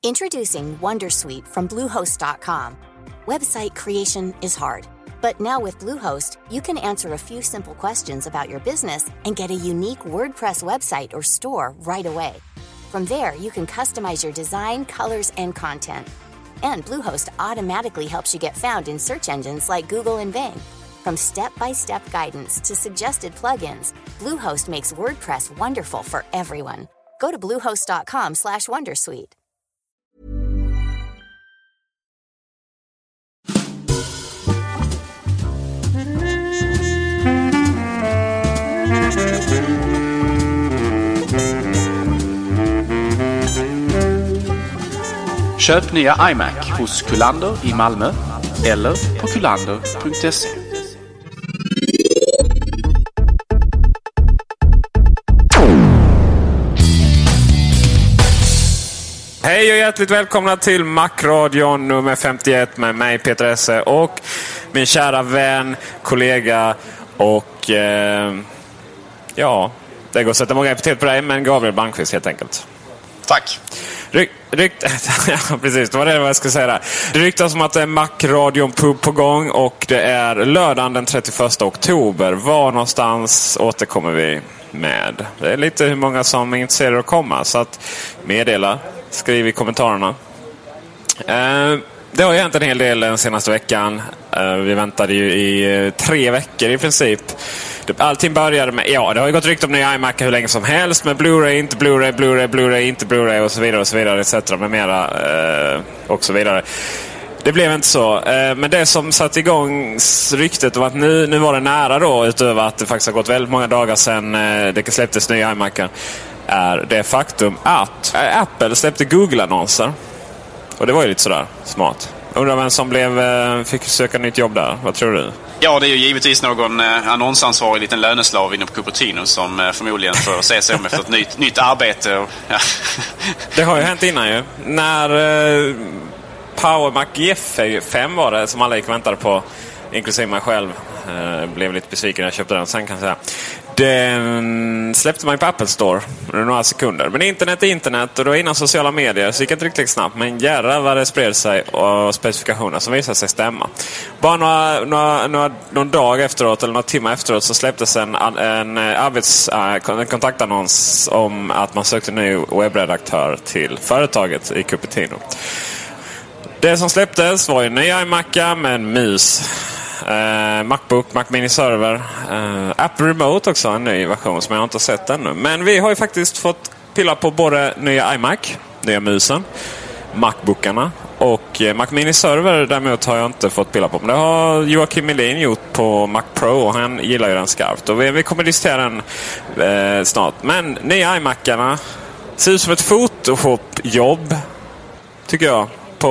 Introducing Wondersuite from Bluehost.com. Website creation is hard, but now with Bluehost, you can answer a few simple questions about your business and get a unique WordPress website or store right away. From there, you can customize your design, colors, and content. And Bluehost automatically helps you get found in search engines like Google and Bing. From step-by-step guidance to suggested plugins, Bluehost makes WordPress wonderful for everyone. Go to bluehost.com/wondersuite. Köp nya iMac hos Kullander i Malmö eller på kullander.se. Hej och hjärtligt välkomna till Macradion nummer 51 med mig Peter Esse och min kära vän, kollega och ja, det går att sätta många epitet på dig, men Gabriel Bankvist helt enkelt. Tack. Ja, precis, det var det jag skulle säga där. Det ryktas som att det är Macradion pub på gång och det är lördagen den 31 oktober. Var någonstans återkommer vi med? Det är lite hur många som är intresserade att komma, så att meddela, skriv i kommentarerna. Det har ju hänt en hel del den senaste veckan. Vi väntade ju i 3 veckor i princip. Allting började med, det har ju gått rykte om nya iMac hur länge som helst, med Blu-ray, inte Blu-ray, Blu-ray, inte Blu-ray och så vidare, etc. med mera och så vidare. Det blev inte så. Men det som satt igång ryktet var att nu var det nära då, utöver att det faktiskt har gått väldigt många dagar sedan det släpptes nya iMac, är det faktum att Apple släppte Google-annonser. Och det var ju lite sådär smart. Undrar vem som fick söka nytt jobb där. Vad tror du? Ja, det är ju givetvis någon annonsansvarig liten löneslav inom Cupertino som förmodligen får se sig om efter ett nytt arbete. Och, ja. Det har ju hänt innan ju. När Power Mac G5 var det som alla gick och väntade på, inklusive mig själv. Blev lite besviken när jag köpte den sen, kan jag säga. Den släppte man på Apple Store under några sekunder. Men internet är internet, och då innan sociala medier så gick det inte riktigt snabbt. Men jävlar vad det spred sig, och specifikationer som visade sig stämma. Bara någon dag efteråt eller några timmar efteråt så släpptes en kontaktannons om att man sökte ny webbredaktör till företaget i Cupertino. Det som släpptes var ju en ny iMac med en mus, Macbook, Mac Mini Server, Apple Remote också, en ny version som jag inte har sett ännu. Men vi har ju faktiskt fått pilla på både nya iMac, nya musen, Macbookarna och Mac Mini Server. Däremot har jag inte fått pilla på, men det har Joakim Melin gjort på Mac Pro, och han gillar ju den skarpt. Och vi kommer diskutera den snart. Men nya iMacarna ser ut som ett Photoshop-jobb, tycker jag,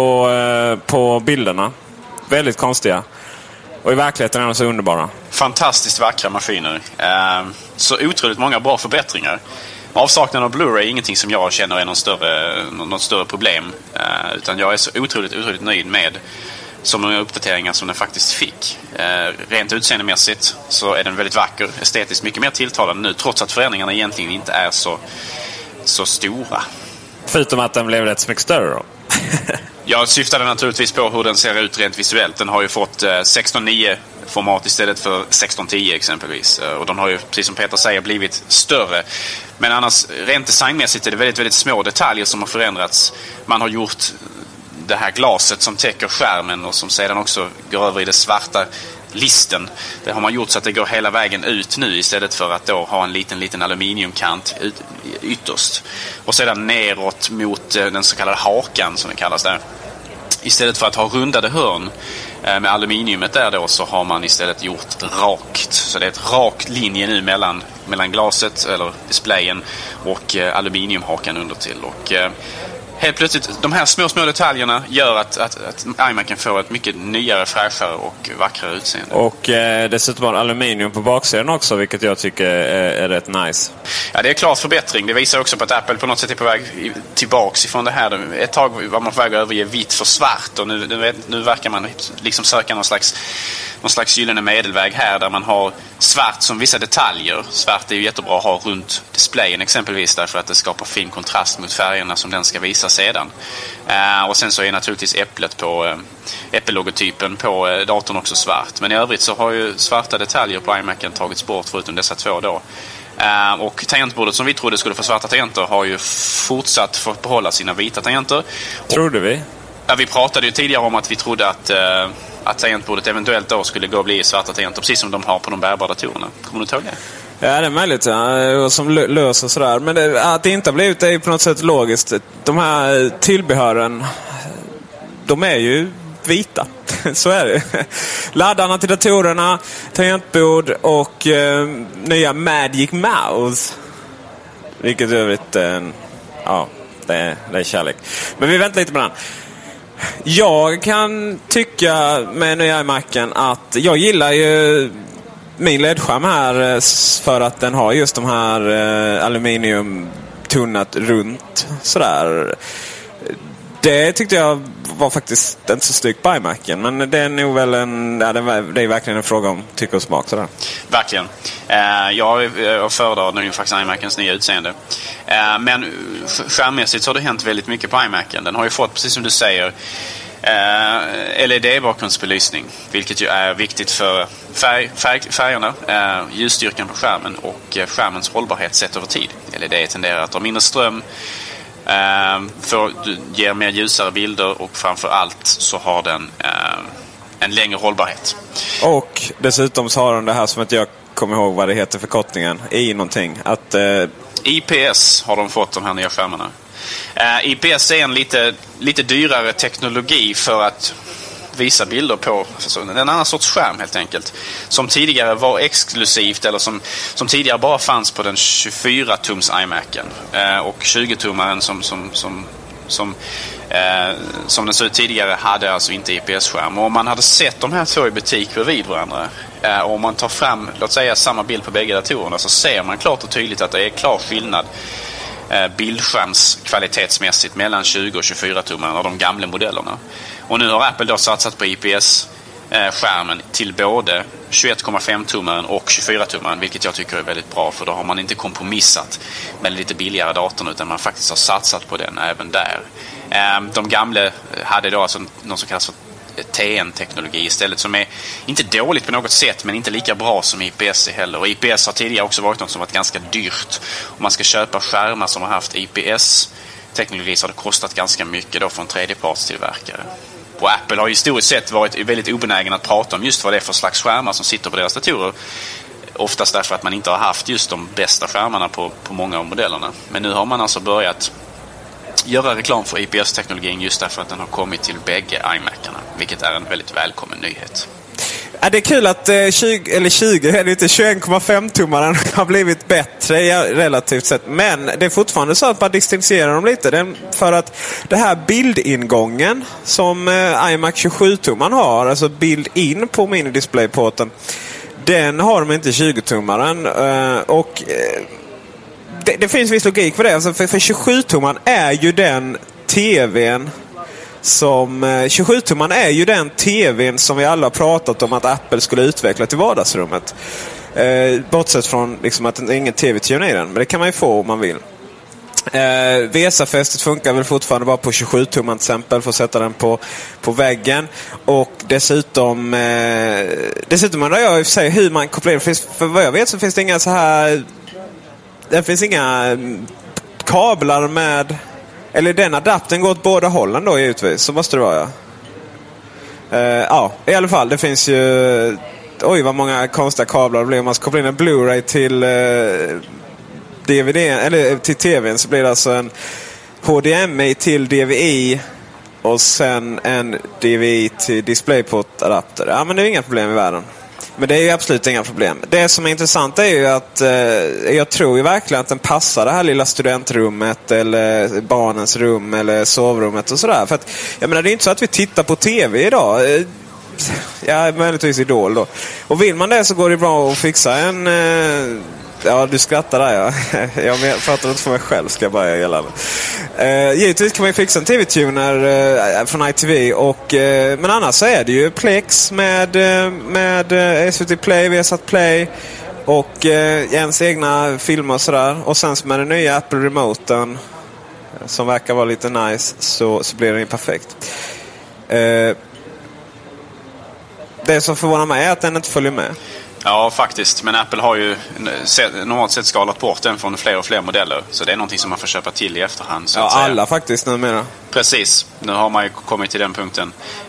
på bilderna. Väldigt konstiga. Och i verkligheten är de så underbara. Fantastiskt vackra maskiner. Så otroligt många bra förbättringar. Avsaknaden av Blu-ray är ingenting som jag känner är något större problem. Utan jag är så otroligt nöjd med så många uppdateringar som den faktiskt fick. Rent utseendemässigt så är den väldigt vacker. Estetiskt mycket mer tilltalande nu, trots att förändringarna egentligen inte är så stora. Förutom att den blev rätt så mycket större då. Jag syftade naturligtvis på hur den ser ut rent visuellt. Den har ju fått 16:9 format istället för 16:10 exempelvis. Och de har ju, precis som Peter säger, blivit större. Men annars, rent designmässigt är det väldigt, väldigt små detaljer som har förändrats. Man har gjort det här glaset som täcker skärmen och som sedan också går över i det svarta listen. Det har man gjort så att det går hela vägen ut nu, istället för att då ha en liten aluminiumkant ytterst. Och sedan neråt mot den så kallade hakan som det kallas där. Istället för att ha rundade hörn med aluminiumet där då, så har man istället gjort rakt. Så det är ett rak linje nu mellan glaset eller displayen och aluminiumhakan under till. Och helt plötsligt, de här små detaljerna gör att iMacen får ett mycket nyare, fräschare och vackrare utseende. Och dessutom har aluminium på baksidan också, vilket jag tycker är rätt nice. Ja, det är klart förbättring. Det visar också på att Apple på något sätt är på väg tillbaks ifrån det här. Ett tag var man på väg att överge vitt för svart, och nu verkar man liksom söka någon slags gyllene medelväg här, där man har svart som vissa detaljer. Svart är ju jättebra att ha runt displayen exempelvis, därför att det skapar fin kontrast mot färgerna som den ska visas sedan. Och sen så är naturligtvis Apple-logotypen på datorn också svart. Men i övrigt så har ju svarta detaljer på iMacen tagits bort förutom dessa två då. Och tangentbordet som vi trodde skulle få svarta tangenter har ju fortsatt få behålla sina vita tangenter. Trodde vi? Ja, vi pratade ju tidigare om att vi trodde att tangentbordet eventuellt då skulle gå och bli svarta tangenter, precis som de har på de bärbara datorerna. Kommer du ihåg det? Ja, det är möjligt. Ja. Som löser sådär. Men att det inte har blivit det är på något sätt logiskt. De här tillbehören, de är ju vita. Så är det. Laddarna till datorerna, tangentbord och nya Magic Mouse. Vilket övrigt, ja, det är kärlek. Men vi väntar lite på den. Jag kan tycka med nya iMacen att jag gillar ju min LED-skärm här för att den har just de här aluminium tunnat runt sådär. Det tyckte jag var faktiskt inte så snyggt på iMacen, men det är nog väl det är verkligen en fråga om tycke och smak sådär. Verkligen. Jag föredrar nu faktiskt iMacens nya utseende. Men skärmmässigt så har det hänt väldigt mycket på iMacen. Den har ju fått, precis som du säger, LED-bakgrundsbelysning, vilket ju är viktigt för färgerna, ljusstyrkan på skärmen och skärmens hållbarhet sett över tid. LED tenderar att ha mindre ström, ger mer ljusare bilder och framför allt så har den en längre hållbarhet. Och dessutom så har den det här som att jag kommer ihåg vad det heter förkortningen i någonting. Att, IPS har de fått de här nya skärmarna. IPS är en lite dyrare teknologi för att visa bilder på en annan sorts skärm helt enkelt. Som tidigare var exklusivt eller som tidigare bara fanns på den 24-tums iMacen. Och 20-tummaren som den såg ut tidigare hade alltså inte IPS-skärm. Och om man hade sett de här två i butik bredvid varandra och om man tar fram, låt säga, samma bild på bägge datorerna, så ser man klart och tydligt att det är klar skillnad bildskärms kvalitetsmässigt mellan 20- och 24-tummaren och de gamla modellerna. Och nu har Apple då satsat på IPS-skärmen till både 21,5-tummaren och 24-tummaren, vilket jag tycker är väldigt bra, för då har man inte kompromissat med lite billigare datorn utan man faktiskt har satsat på den även där. De gamla hade då alltså något som kallas för TN-teknologi istället, som är inte dåligt på något sätt men inte lika bra som IPS heller. Och IPS har tidigare också varit något som varit ganska dyrt. Om man ska köpa skärmar som har haft IPS-teknologi så har det kostat ganska mycket då från tredjepartstillverkare. Och Apple har historiskt sett varit väldigt obenägen att prata om just vad det är för slags skärmar som sitter på deras datorer. Oftast därför att man inte har haft just de bästa skärmarna på många av modellerna. Men nu har man alltså börjat göra reklam för IPS-teknologin just därför att den har kommit till bägge iMacarna, vilket är en väldigt välkommen nyhet. Ja, det är kul att 21,5-tummaren har blivit bättre relativt sett. Men det är fortfarande så att man distanserar dem lite. För att det här bildingången som iMac 27-tummaren har, alltså bild in på mini-displayporten, den har de inte 20-tummaren. Och det finns viss logik för det. Alltså för 27-tummaren är ju den tvn som 27-tummaren är ju den tvn som vi alla har pratat om att Apple skulle utveckla till vardagsrummet. Bortsett från liksom att det är ingen tv-tune i den. Men det kan man ju få om man vill. VESA-fästet funkar väl fortfarande bara på 27-tummaren till exempel, för att sätta den på väggen. Och dessutom undrar jag i och för sig hur man kopplar in. För vad jag vet så finns det inga så här... Det finns inga kablar med... Eller den adaptern går åt båda hållen då givetvis. Så måste det vara, ja. Ja, i alla fall. Det finns ju... Oj, vad många konstiga kablar det blir. Om man ska koppla in en Blu-ray till DVD eller till tvn, så blir det alltså en HDMI till DVI och sen en DVI till DisplayPort-adapter. Ja, men det är inga problem i världen. Men det är ju absolut inga problem. Det som är intressant är ju att jag tror ju verkligen att den passar det här lilla studentrummet eller barnens rum eller sovrummet och sådär. För att, jag menar, det är inte så att vi tittar på tv idag. Ja, möjligtvis Idol då. Och vill man det så går det bra att fixa en... Ja, du skrattar där, ja. Jag pratar inte för mig själv, ska jag bara gälla. Givetvis kan man ju fixa en tv-tuner från ITV. Men annars så är det ju Plex med SVT Play, VSAT Play och ens egna filmer och sådär. Och sen med den nya Apple Remoten som verkar vara lite nice, så blir den ju perfekt. Det som förvånar mig är att den inte följer med. Ja, faktiskt. Men Apple har ju normalt sett skalat bort den från fler och fler modeller. Så det är någonting som man får köpa till i efterhand. Så ja, att säga. Alla faktiskt numera. Precis. Nu har man ju kommit till den punkten.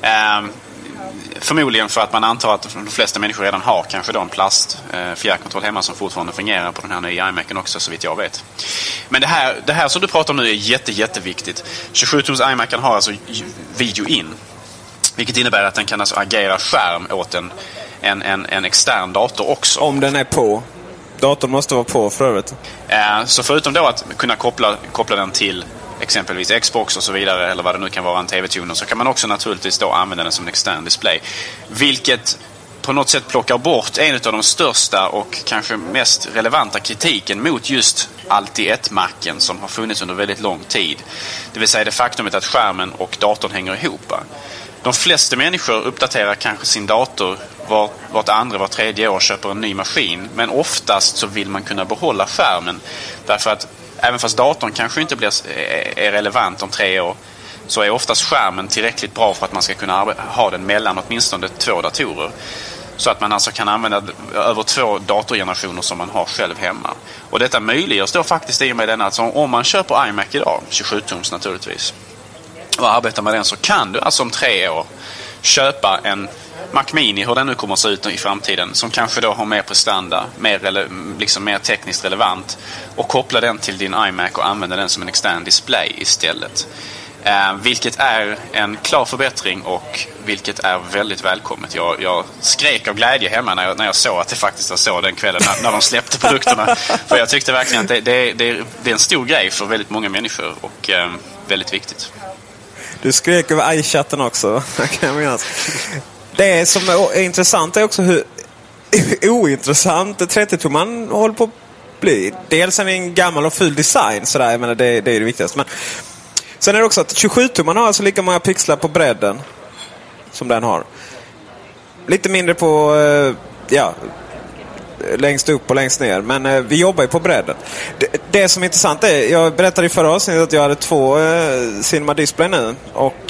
Förmodligen för att man antar att de flesta människor redan har kanske då en plast fjärrkontroll hemma som fortfarande fungerar på den här nya iMacen också, så vitt jag vet. Men det här som du pratar om nu är jätteviktigt. 27-tums iMacen har alltså video in. Vilket innebär att den kan alltså agera skärm åt en extern dator också. Om den är på. Datorn måste vara på för övrigt. Så förutom då att kunna koppla den till exempelvis Xbox och så vidare, eller vad det nu kan vara, en TV-tuner, så kan man också naturligtvis då använda den som en extern display. Vilket på något sätt plockar bort en av de största och kanske mest relevanta kritiken mot just Alti-1-macken som har funnits under väldigt lång tid. Det vill säga det faktumet att skärmen och datorn hänger ihop. De flesta människor uppdaterar kanske sin dator vart andra, var tredje år, köper en ny maskin. Men oftast så vill man kunna behålla skärmen. Därför att även fast datorn kanske inte är relevant om 3 år, så är oftast skärmen tillräckligt bra för att man ska kunna ha den mellan åtminstone 2 datorer. Så att man alltså kan använda över 2 datorgenerationer som man har själv hemma. Och detta möjliggörs då faktiskt i och med den att om man köper iMac idag, 27-tums naturligtvis, och arbetar med den, så kan du alltså om 3 år köpa en Mac Mini, hur den nu kommer att se ut i framtiden, som kanske då har mer prestanda, mer tekniskt relevant, och koppla den till din iMac och använda den som en extern display istället. Vilket är en klar förbättring och vilket är väldigt välkommet. Jag skrek av glädje hemma när jag såg att det faktiskt var så den kvällen när de släppte produkterna. För jag tyckte verkligen att det är en stor grej för väldigt många människor och väldigt viktigt. Du skrek över iChatten också, kan jag minnas. Det som är intressant är också hur ointressant 30-tumman håller på att bli. Dels är det en gammal och ful design, sådär, jag menar, det är det viktigaste. Men sen är det också att 27-tumman har alltså lika många pixlar på bredden som den har. Lite mindre på längst upp och längst ner. Men vi jobbar ju på bredden. Det som är intressant är, jag berättade i förra avsnittet att jag hade 2 Cinema Display nu. Och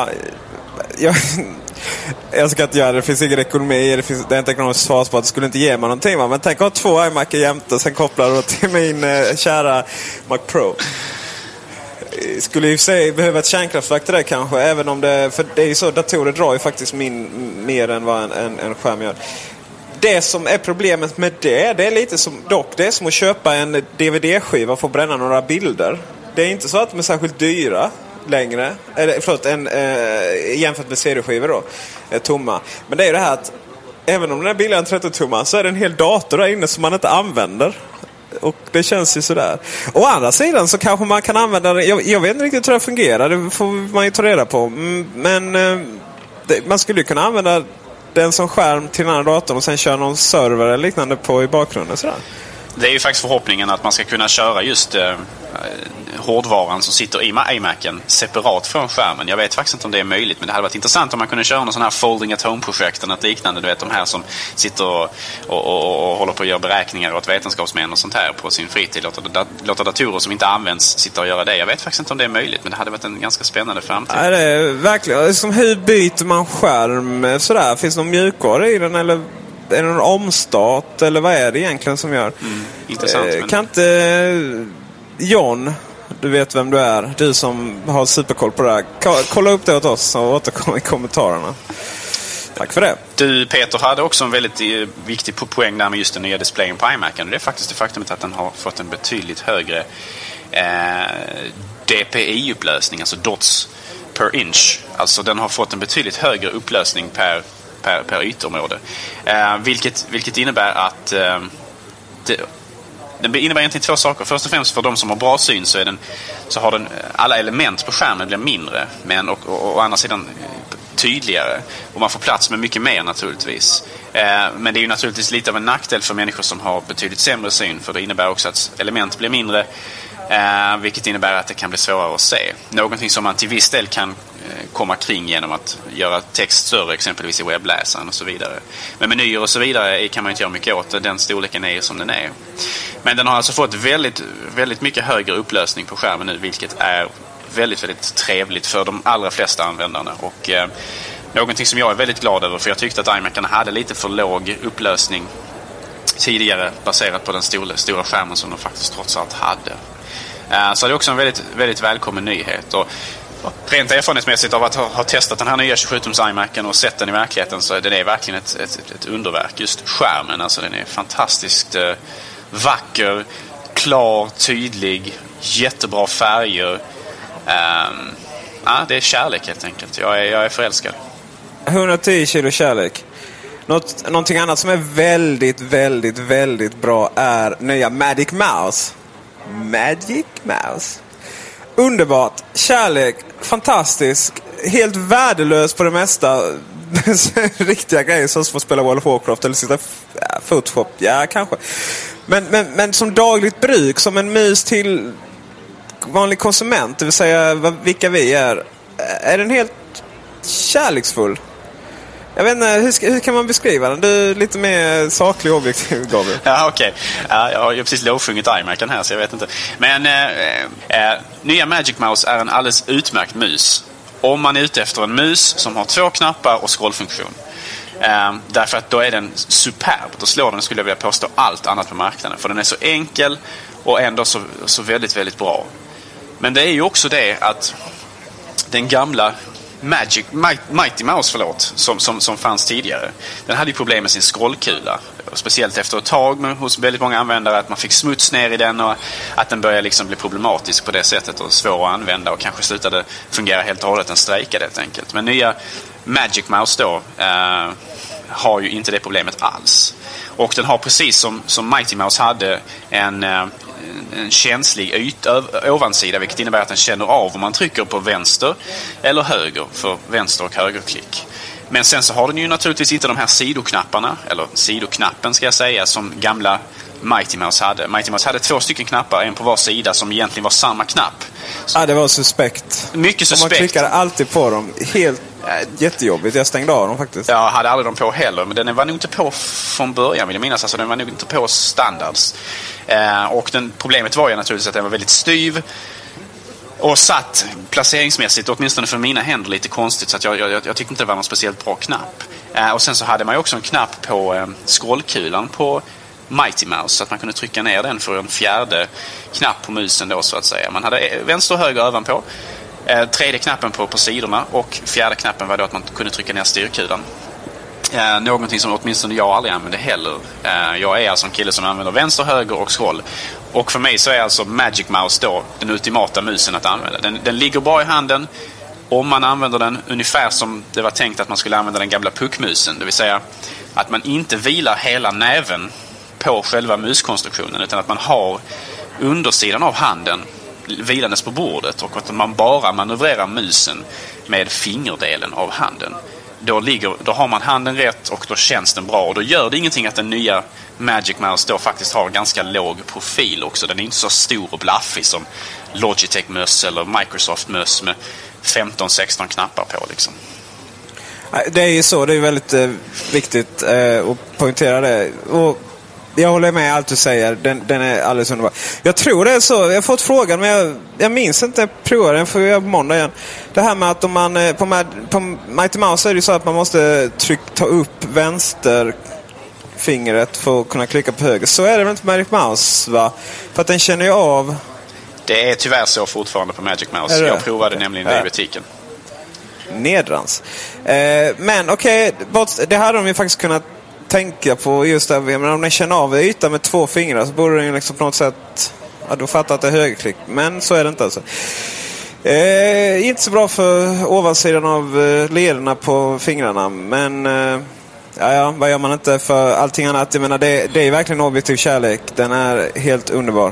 jag ska inte göra det. Det finns ingen ekonomi. Det är inte ekonomiskt svarsbart. Det skulle inte ge mig någonting. Men tänk att ha 2 iMac jämte. Sen kopplar du till min kära Mac Pro. Skulle ju säga behöva ett kärnkraftverk till det kanske. Även om det... För det är ju så, datorer drar ju faktiskt mer än vad en skärm gör. Det som är problemet med det är lite som... Dock, det är som att köpa en DVD-skiva för att bränna några bilder. Det är inte så att de är särskilt dyra längre. Eller förlåt, jämfört med CD-skivor då. Tomma. Men det är ju det här att även om den är billigare än 30-tummar så är det en hel dator där inne som man inte använder. Och det känns ju sådär. Å andra sidan så kanske man kan använda det. Jag vet inte riktigt hur det fungerar. Det får man ju ta reda på. Men man skulle ju kunna använda den som skärm till den andra datorn och sen köra någon server eller liknande på i bakgrunden. Sådär. Det är ju faktiskt förhoppningen att man ska kunna köra just hårdvaran som sitter i iMacen separat från skärmen. Jag vet faktiskt inte om det är möjligt, men det hade varit intressant om man kunde köra någon sån här folding at home-projekt eller något liknande. Du vet, de här som sitter och håller på att göra beräkningar åt vetenskapsmän och sånt här på sin fritid. Låta datorer som inte används sitta och göra det. Jag vet faktiskt inte om det är möjligt, men det hade varit en ganska spännande framtid. Ja, det är verkligen. Som hur byter man skärm sådär? Finns det någon mjukvara i den eller... Är det någon omstart eller vad är det egentligen som gör? Intressant. Kan inte John, du vet vem du är, du som har superkoll på det här, kolla upp det åt oss och återkom i kommentarerna. Tack för det. Du, Peter, hade också en väldigt viktig poäng där med just den nya displayen på iMacen. Det är faktiskt det faktumet att den har fått en betydligt högre DPI-upplösning, alltså dots per inch. Alltså den har fått en betydligt högre upplösning per ytområde. Vilket innebär att det innebär egentligen 2 saker. Först och främst för de som har bra syn så har den alla element på skärmen blir mindre, men å andra sidan tydligare, och man får plats med mycket mer naturligtvis. Men det är ju naturligtvis lite av en nackdel för människor som har betydligt sämre syn, för det innebär också att element blir mindre Vilket innebär att det kan bli svårare att se. Någonting som man till viss del kan komma kring genom att göra text större, exempelvis i webbläsaren och så vidare. Men menyer och så vidare kan man inte göra mycket åt. Den storleken är som den är. Men den har alltså fått väldigt, väldigt mycket högre upplösning på skärmen nu, vilket är väldigt, väldigt trevligt för de allra flesta användarna. Och någonting som jag är väldigt glad över, för jag tyckte att iMac:arna hade lite för låg upplösning tidigare baserat på den stora skärmen som de faktiskt trots allt hade. Så det är också en väldigt, väldigt välkommen nyhet. Och rent erfarenhetsmässigt av att ha testat den här nya 27-tums iMac:en och sett den i verkligheten, så den är verkligen ett underverk. Just skärmen, alltså den är fantastiskt vacker, klar, tydlig, jättebra färger. Det är kärlek helt enkelt. Jag är förälskad. 110 kilo kärlek. Någonting annat som är väldigt, väldigt, väldigt bra är nya Magic Mouse. Magic Mouse. Underbart. Kärlek. Fantastisk. Helt värdelös på det mesta. Riktiga grejer som att spela World of Warcraft eller sitta Photoshop. Ja, kanske. Men som dagligt bruk. Som en mus till vanlig konsument. Det vill säga vilka vi är. Är den helt kärleksfull? Jag vet inte, hur kan man beskriva den? Du är lite mer saklig och objektiv, Gabriel. Ja, okej. Jag har ju precis lovsjungit iMac:en här, så jag vet inte. Men nya Magic Mouse är en alldeles utmärkt mus. Om man är ute efter en mus som har 2 knappar och scrollfunktion. Därför att då är den superb. Då slår den, skulle jag vilja påstå, allt annat på marknaden. För den är så enkel och ändå så väldigt, väldigt bra. Men det är ju också det att den gamla Mighty Mouse som fanns tidigare, den hade ju problem med sin scrollkula, speciellt efter ett tag, men hos väldigt många användare, att man fick smuts ner i den och att den började liksom bli problematisk på det sättet och svår att använda och kanske slutade fungera helt och hållet, den strejkade helt enkelt. Men nya Magic Mouse då har ju inte det problemet alls, och den har precis som Mighty Mouse hade en känslig ovansida, vilket innebär att den känner av om man trycker på vänster eller höger för vänster- och högerklick. Men sen så har den ju naturligtvis inte de här sidoknapparna, eller sidoknappen ska jag säga, som gamla Mighty Mouse hade. Mighty Mouse hade 2 stycken knappar, en på var sida, som egentligen var samma knapp. Ja, det var suspekt. Mycket suspekt. Och man klickade alltid på dem. Helt jättejobbigt. Jag stängde av dem faktiskt. Jag hade aldrig dem på heller, men den var nog inte på från början, vill jag minnas. Alltså, den var nog inte på standards. Och problemet var ju naturligtvis att den var väldigt styv och satt placeringsmässigt, åtminstone för mina händer, lite konstigt. Så att jag tyckte inte det var någon speciellt bra knapp. Och sen så hade man ju också en knapp på scrollkulan på Mighty Mouse, så att man kunde trycka ner den för en 4:e knapp på musen då, så att säga. Man hade vänster och höger ovanpå, 3:e knappen på sidorna, och 4:e knappen var då att man kunde trycka ner styrkulan. Någonting som åtminstone jag aldrig använde heller. Jag är alltså en kille som använder vänster, höger och scroll. Och för mig så är alltså Magic Mouse då den ultimata musen att använda. Den ligger bra i handen om man använder den ungefär som det var tänkt att man skulle använda den gamla puckmusen. Det vill säga att man inte vilar hela näven på själva muskonstruktionen, utan att man har undersidan av handen vilandes på bordet, och att man bara manövrerar musen med fingerdelen av handen. Då har man handen rätt, och då känns den bra, och då gör det ingenting att den nya Magic Mouse då faktiskt har ganska låg profil också. Den är inte så stor och blaffig som Logitech-möss eller Microsoft-möss med 15-16 knappar på liksom. Det är ju så, det är väldigt viktigt att poängtera det. Och jag håller med allt du säger. Den är alldeles underbar. Jag tror det är så. Jag har fått frågan, men jag minns inte. Prova den för jag göra på måndag igen. Det här med att om man på Mighty Mouse är det ju så att man måste ta upp vänsterfingret för att kunna klicka på höger. Så är det väl inte på Magic Mouse, va? För att den känner ju av. Det är tyvärr så fortfarande på Magic Mouse. Jag provade nämligen det i butiken. Nedrans. Men okej, det hade de ju faktiskt kunnat tänka på just det. Men om den känner av ytan med 2 fingrar så borde den ju liksom på något sätt, ja, då fattar att det är högerklick. Men så är det inte alltså. Inte så bra för ovansidan av lederna på fingrarna. Men vad gör man inte för allting annat? Jag menar, det är verkligen objektiv kärlek. Den är helt underbar.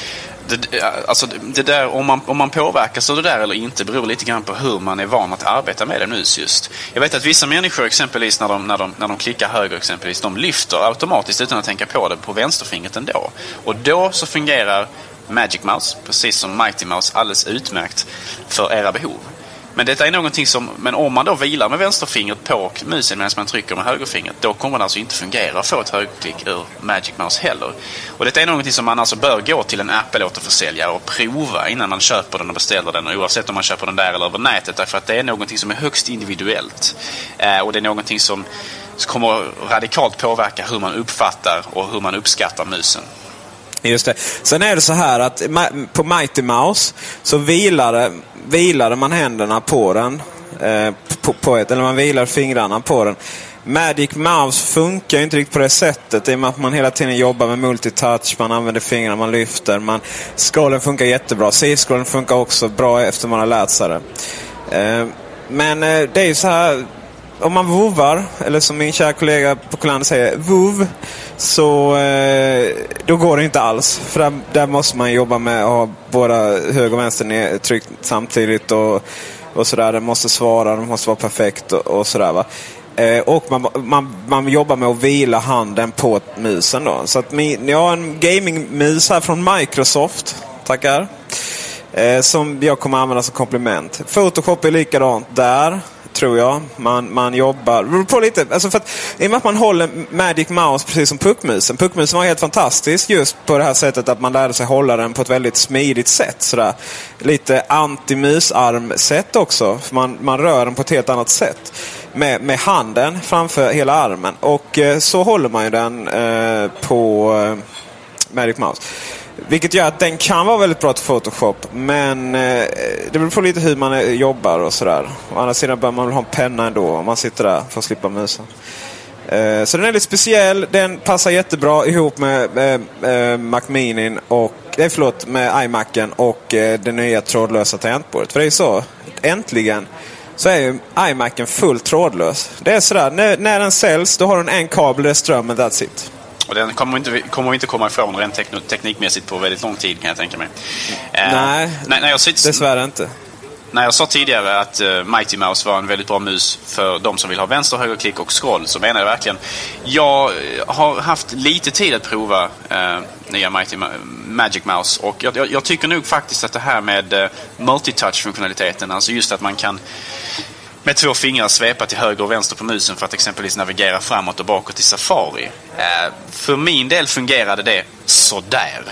Det där, om man påverkas av det där eller inte beror lite grann på hur man är van att arbeta med det nu just. Jag vet att vissa människor exempelvis när de klickar höger exempelvis, de lyfter automatiskt utan att tänka på det på vänsterfingret ändå. Och då så fungerar Magic Mouse, precis som Mighty Mouse, alldeles utmärkt för era behov. Men detta är någonting men om man då vilar med vänsterfingret på musen medan man trycker med högerfingret, då kommer det alltså inte fungera att få ett högerklick ur Magic Mouse heller. Och detta är någonting som man alltså bör gå till en Apple-återförsäljare och prova innan man köper den och beställer den, och oavsett om man köper den där eller över nätet, därför att det är någonting som är högst individuellt. Och det är någonting som kommer radikalt påverka hur man uppfattar och hur man uppskattar musen. Just det. Sen är det så här att på Mighty Mouse så vilade man händerna på den eller man vilar fingrarna på den. Magic Mouse funkar inte riktigt på det sättet, i och med att man hela tiden jobbar med multitouch, man använder fingrarna, man lyfter, scrollen funkar jättebra, C-scrollen funkar också bra efter man har lärt sig det. Men det är ju så här, om man vovar, eller som min kära kollega på Kullander säger, vov, så då går det inte alls. För där måste man jobba med att ha båda höger och vänster tryckt samtidigt och sådär. Det måste svara, det måste vara perfekt och sådär, va. Och man jobbar med att vila handen på musen då. Så att jag har en gaming-mus här från Microsoft, tackar, som jag kommer använda som komplement. Photoshop är likadant där, tror jag. Man jobbar på lite, alltså för att i och med att man håller Magic Mouse precis som puckmusen. Puckmusen var helt fantastisk just på det här sättet att man lärde sig hålla den på ett väldigt smidigt sätt, sådär. Lite anti-musarm-sätt också. För man rör den på ett helt annat sätt. Med handen framför hela armen. Och så håller man ju den på Magic Mouse. Vilket gör att den kan vara väldigt bra till Photoshop. Men det beror på lite hur man jobbar och sådär. Å andra sidan bör man väl ha en penna ändå om man sitter där för att slippa musen. Så den är lite speciell. Den passar jättebra ihop med Mac Mini med iMacen och det nya trådlösa tangentbordet. För det är så, äntligen så är ju iMacen fullt trådlös. Det är sådär, när den säljs då har den en kabel, det är strömmen, that's it. Och den kommer vi inte komma ifrån rent teknikmässigt på väldigt lång tid, kan jag tänka mig. Nej, dessvärre inte. När jag sa tidigare att Mighty Mouse var en väldigt bra mus för de som vill ha vänster, högerklick och scroll, så menar jag verkligen. Jag har haft lite tid att prova nya Magic Mouse, och jag tycker nog faktiskt att det här med multitouch-funktionaliteten, alltså just att man kan med 2 fingrar svepa till höger och vänster på musen för att exempelvis navigera framåt och bakåt i Safari. För min del fungerade det sådär.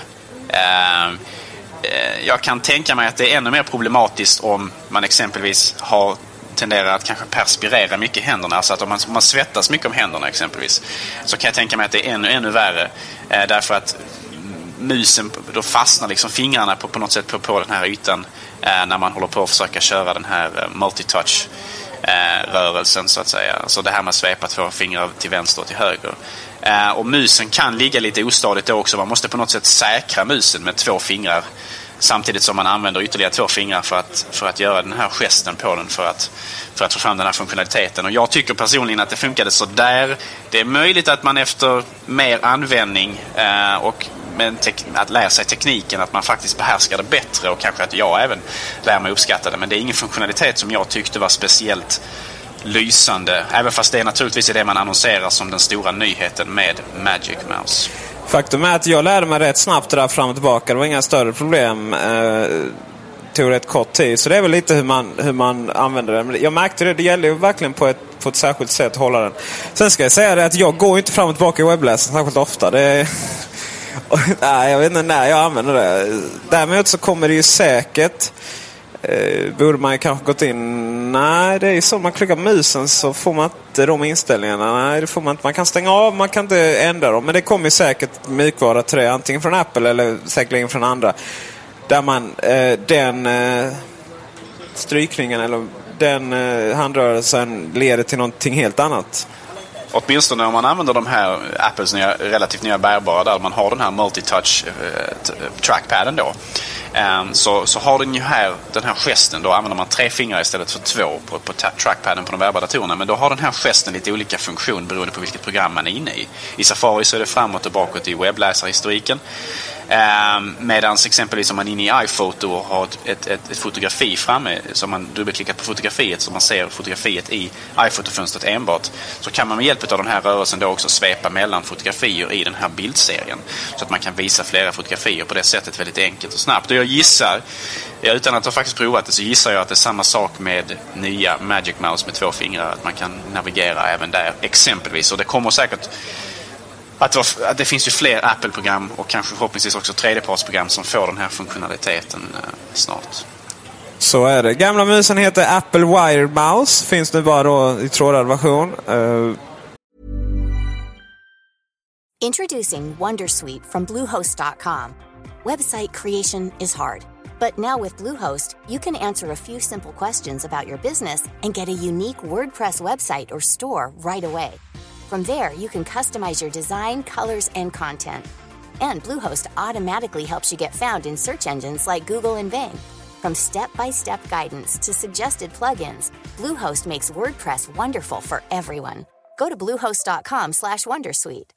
Jag kan tänka mig att det är ännu mer problematiskt om man exempelvis tenderar att kanske perspirera mycket i händerna. Alltså att om man svettas mycket om händerna exempelvis, så kan jag tänka mig att det är ännu värre. Därför att musen, då fastnar liksom fingrarna på något sätt på den här ytan när man håller på att försöka köra den här multitouch rörelsen, så att säga. Så det här med att svepa 2 fingrar till vänster och till höger. Och musen kan ligga lite ostadigt då också. Man måste på något sätt säkra musen med 2 fingrar samtidigt som man använder ytterligare 2 fingrar för att göra den här gesten på den, för att få fram den här funktionaliteten. Och jag tycker personligen att det funkade så där. Det är möjligt att man efter mer användning och att lära sig tekniken, att man faktiskt behärskar det bättre, och kanske att jag även lär mig uppskatta det. Men det är ingen funktionalitet som jag tyckte var speciellt lysande, även fast det naturligtvis är det man annonserar som den stora nyheten med Magic Mouse. Faktum är att jag lärde mig rätt snabbt det där fram och tillbaka. Det var inga större problem. Tog rätt kort tid. Så det är väl lite hur man använder den. Jag märkte det gäller ju verkligen på ett särskilt sätt att hålla den. Sen ska jag säga det att jag går inte fram och tillbaka i webbläsaren särskilt ofta. Nej, jag vet inte när jag använder det. Däremot så kommer det ju säkert. Borde man kanske gått in. Nej, det är ju så. Man klickar musen så får man inte de inställningarna. Nej, det får man inte. Man kan stänga av, man kan inte ändra dem. Men det kommer säkert mjukvara till det, antingen från Apple eller säkerligen från andra. Där man den strykningen eller den handrörelsen leder till någonting helt annat. Åtminstone om man använder de här Apples relativt nya bärbara, där man har den här multitouch trackpaden då, så har den ju här den här gesten. Då använder man 3 fingrar istället för 2 på trackpaden på de bärbara datorerna. Men då har den här gesten lite olika funktion beroende på vilket program man är inne i. I Safari så är det framåt och bakåt i webbläsarhistoriken. Medan exempelvis om man är inne i iPhoto och har ett fotografi framme, så man dubbelklickar på fotografiet så man ser fotografiet i iPhoto-fönstret enbart, så kan man med hjälp av den här rörelsen då också svepa mellan fotografier i den här bildserien, så att man kan visa flera fotografier på det sättet väldigt enkelt och snabbt. Och jag gissar, utan att ha faktiskt provat det, så gissar jag att det är samma sak med nya Magic Mouse med 2 fingrar, att man kan navigera även där exempelvis. Och det kommer säkert att det finns ju fler Apple-program och kanske förhoppningsvis också 3D-partsprogram som får den här funktionaliteten snart. Så är det. Gamla musen heter Apple Wired Mouse. Finns nu bara då i trådad version. Introducing Wondersuite from Bluehost.com. Website creation is hard. But now with Bluehost, you can answer a few simple questions about your business and get a unique WordPress website or store right away. From there, you can customize your design, colors, and content. And Bluehost automatically helps you get found in search engines like Google and Bing. From step-by-step guidance to suggested plugins, Bluehost makes WordPress wonderful for everyone. Go to bluehost.com/wondersuite.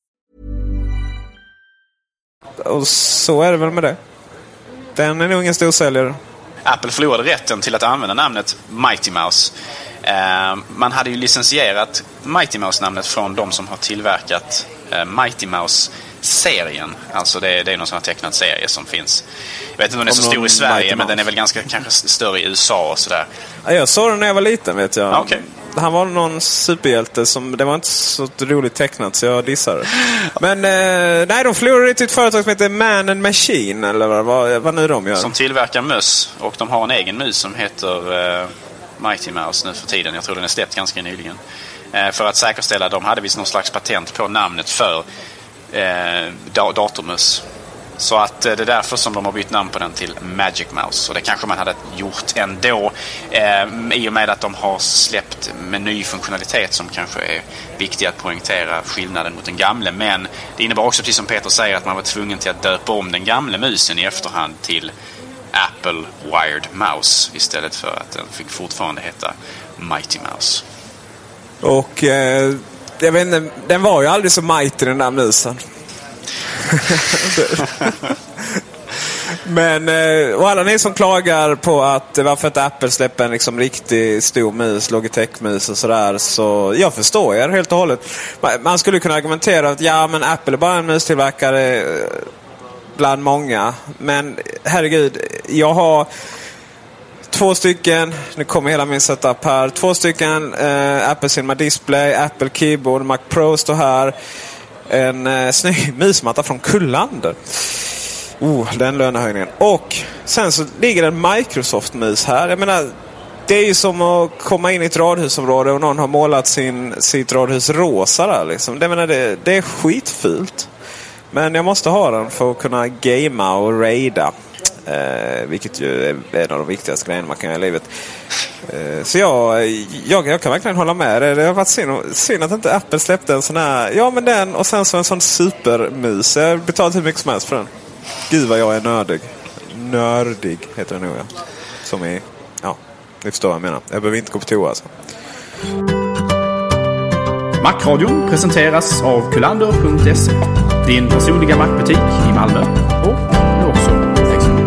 Och så är det väl med det. Den är nog ingen storsäljare. Apple förlorade rätten till att använda namnet Mighty Mouse. Man hade ju licensierat Mighty Mouse-namnet från de som har tillverkat Mighty Mouse-serien. Alltså det är någon sån här tecknad serie som finns. Jag vet inte om den är så stor i Sverige, men den är väl ganska kanske större i USA och sådär. Ja, jag såg den när jag var liten, vet jag. Okay. Han var någon superhjälte som, det var inte så roligt tecknat så jag dissade. Men nej, de förlorade till ett företag som heter Man and Machine, eller vad nu de gör. Som tillverkar möss, och de har en egen mus som heter Mighty Mouse nu för tiden. Jag tror den är släppt ganska nyligen. För att säkerställa, de hade visst någon slags patent på namnet för datormus. Så att det är därför som de har bytt namn på den till Magic Mouse. Och det kanske man hade gjort ändå, i och med att de har släppt med ny funktionalitet som kanske är viktig att poängtera skillnaden mot den gamla. Men det innebär också, precis som Peter säger, att man var tvungen till att döpa om den gamla musen i efterhand till Apple Wired Mouse istället för att den fick fortfarande heta Mighty Mouse. Och jag vet inte, den var ju aldrig så mighty, den där musen. Men och alla ni som klagar på att varför inte Apple släpper en liksom riktigt stor mus, Logitech-mus och sådär, så jag förstår er helt och hållet. Man skulle kunna argumentera att ja, men Apple är bara en mustillverkare bland många. Men herregud, jag har 2 stycken, nu kommer hela min setup här, 2 stycken Apple Cinema Display, Apple Keyboard, Mac Pro står här. En snygg musmatta från Kullander. Den lönehöjningen. Och sen så ligger en Microsoft-mus här. Jag menar, det är ju som att komma in i ett radhusområde och någon har målat sitt radhus rosa där liksom. Det är skitfult. Men jag måste ha den för att kunna gamea och raida. Vilket ju är en av de viktigaste grejerna man kan göra i livet. Så jag kan verkligen hålla med. Det har varit synd att inte Apple släppte en sån här. Ja, men den och sen så en sån supermus. Jag har betalat hur mycket som helst för den. Gud vad jag är nördig. Nördig heter det nog, ja. Som är, ja, ni förstår vad jag menar. Jag behöver inte gå på toa alltså. Macradion presenteras av Kullander.se. Din personliga Mac-butik i Malmö och nu också på Facebook.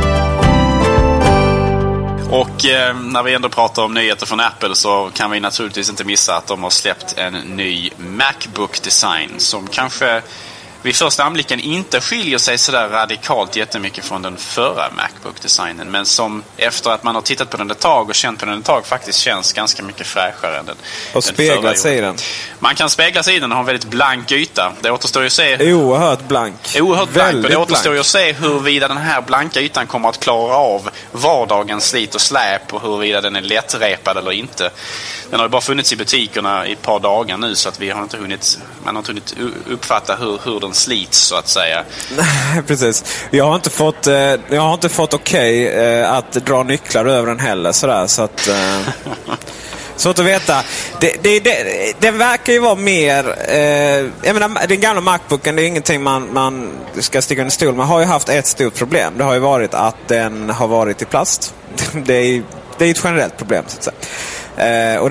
Och när vi ändå pratar om nyheter från Apple så kan vi naturligtvis inte missa att de har släppt en ny MacBook-design som kanske vid första anblicken inte skiljer sig sådär radikalt jättemycket från den förra MacBook-designen, men som efter att man har tittat på den ett tag och känt på den ett tag faktiskt känns ganska mycket fräschare än den. Och speglar sig i den. Man kan spegla sig i den och ha en väldigt blank yta. Det återstår ju att se... Oerhört blank. Oerhört blank. Och det återstår ju att se huruvida den här blanka ytan kommer att klara av vardagens slit och släp och huruvida den är lättrepad eller inte. Den har ju bara funnits i butikerna i ett par dagar nu, så att man har inte hunnit uppfatta hur den slits så att säga. Nej, precis. Jag har inte fått okej att dra nycklar över den heller sådär, så att svårt att veta. Det verkar ju vara mer jag menar, den gamla MacBooken, det är ingenting man ska sticka under stol. Man har ju haft ett stort problem. Det har ju varit att den har varit i plast. Det är ett generellt problem så att säga. Och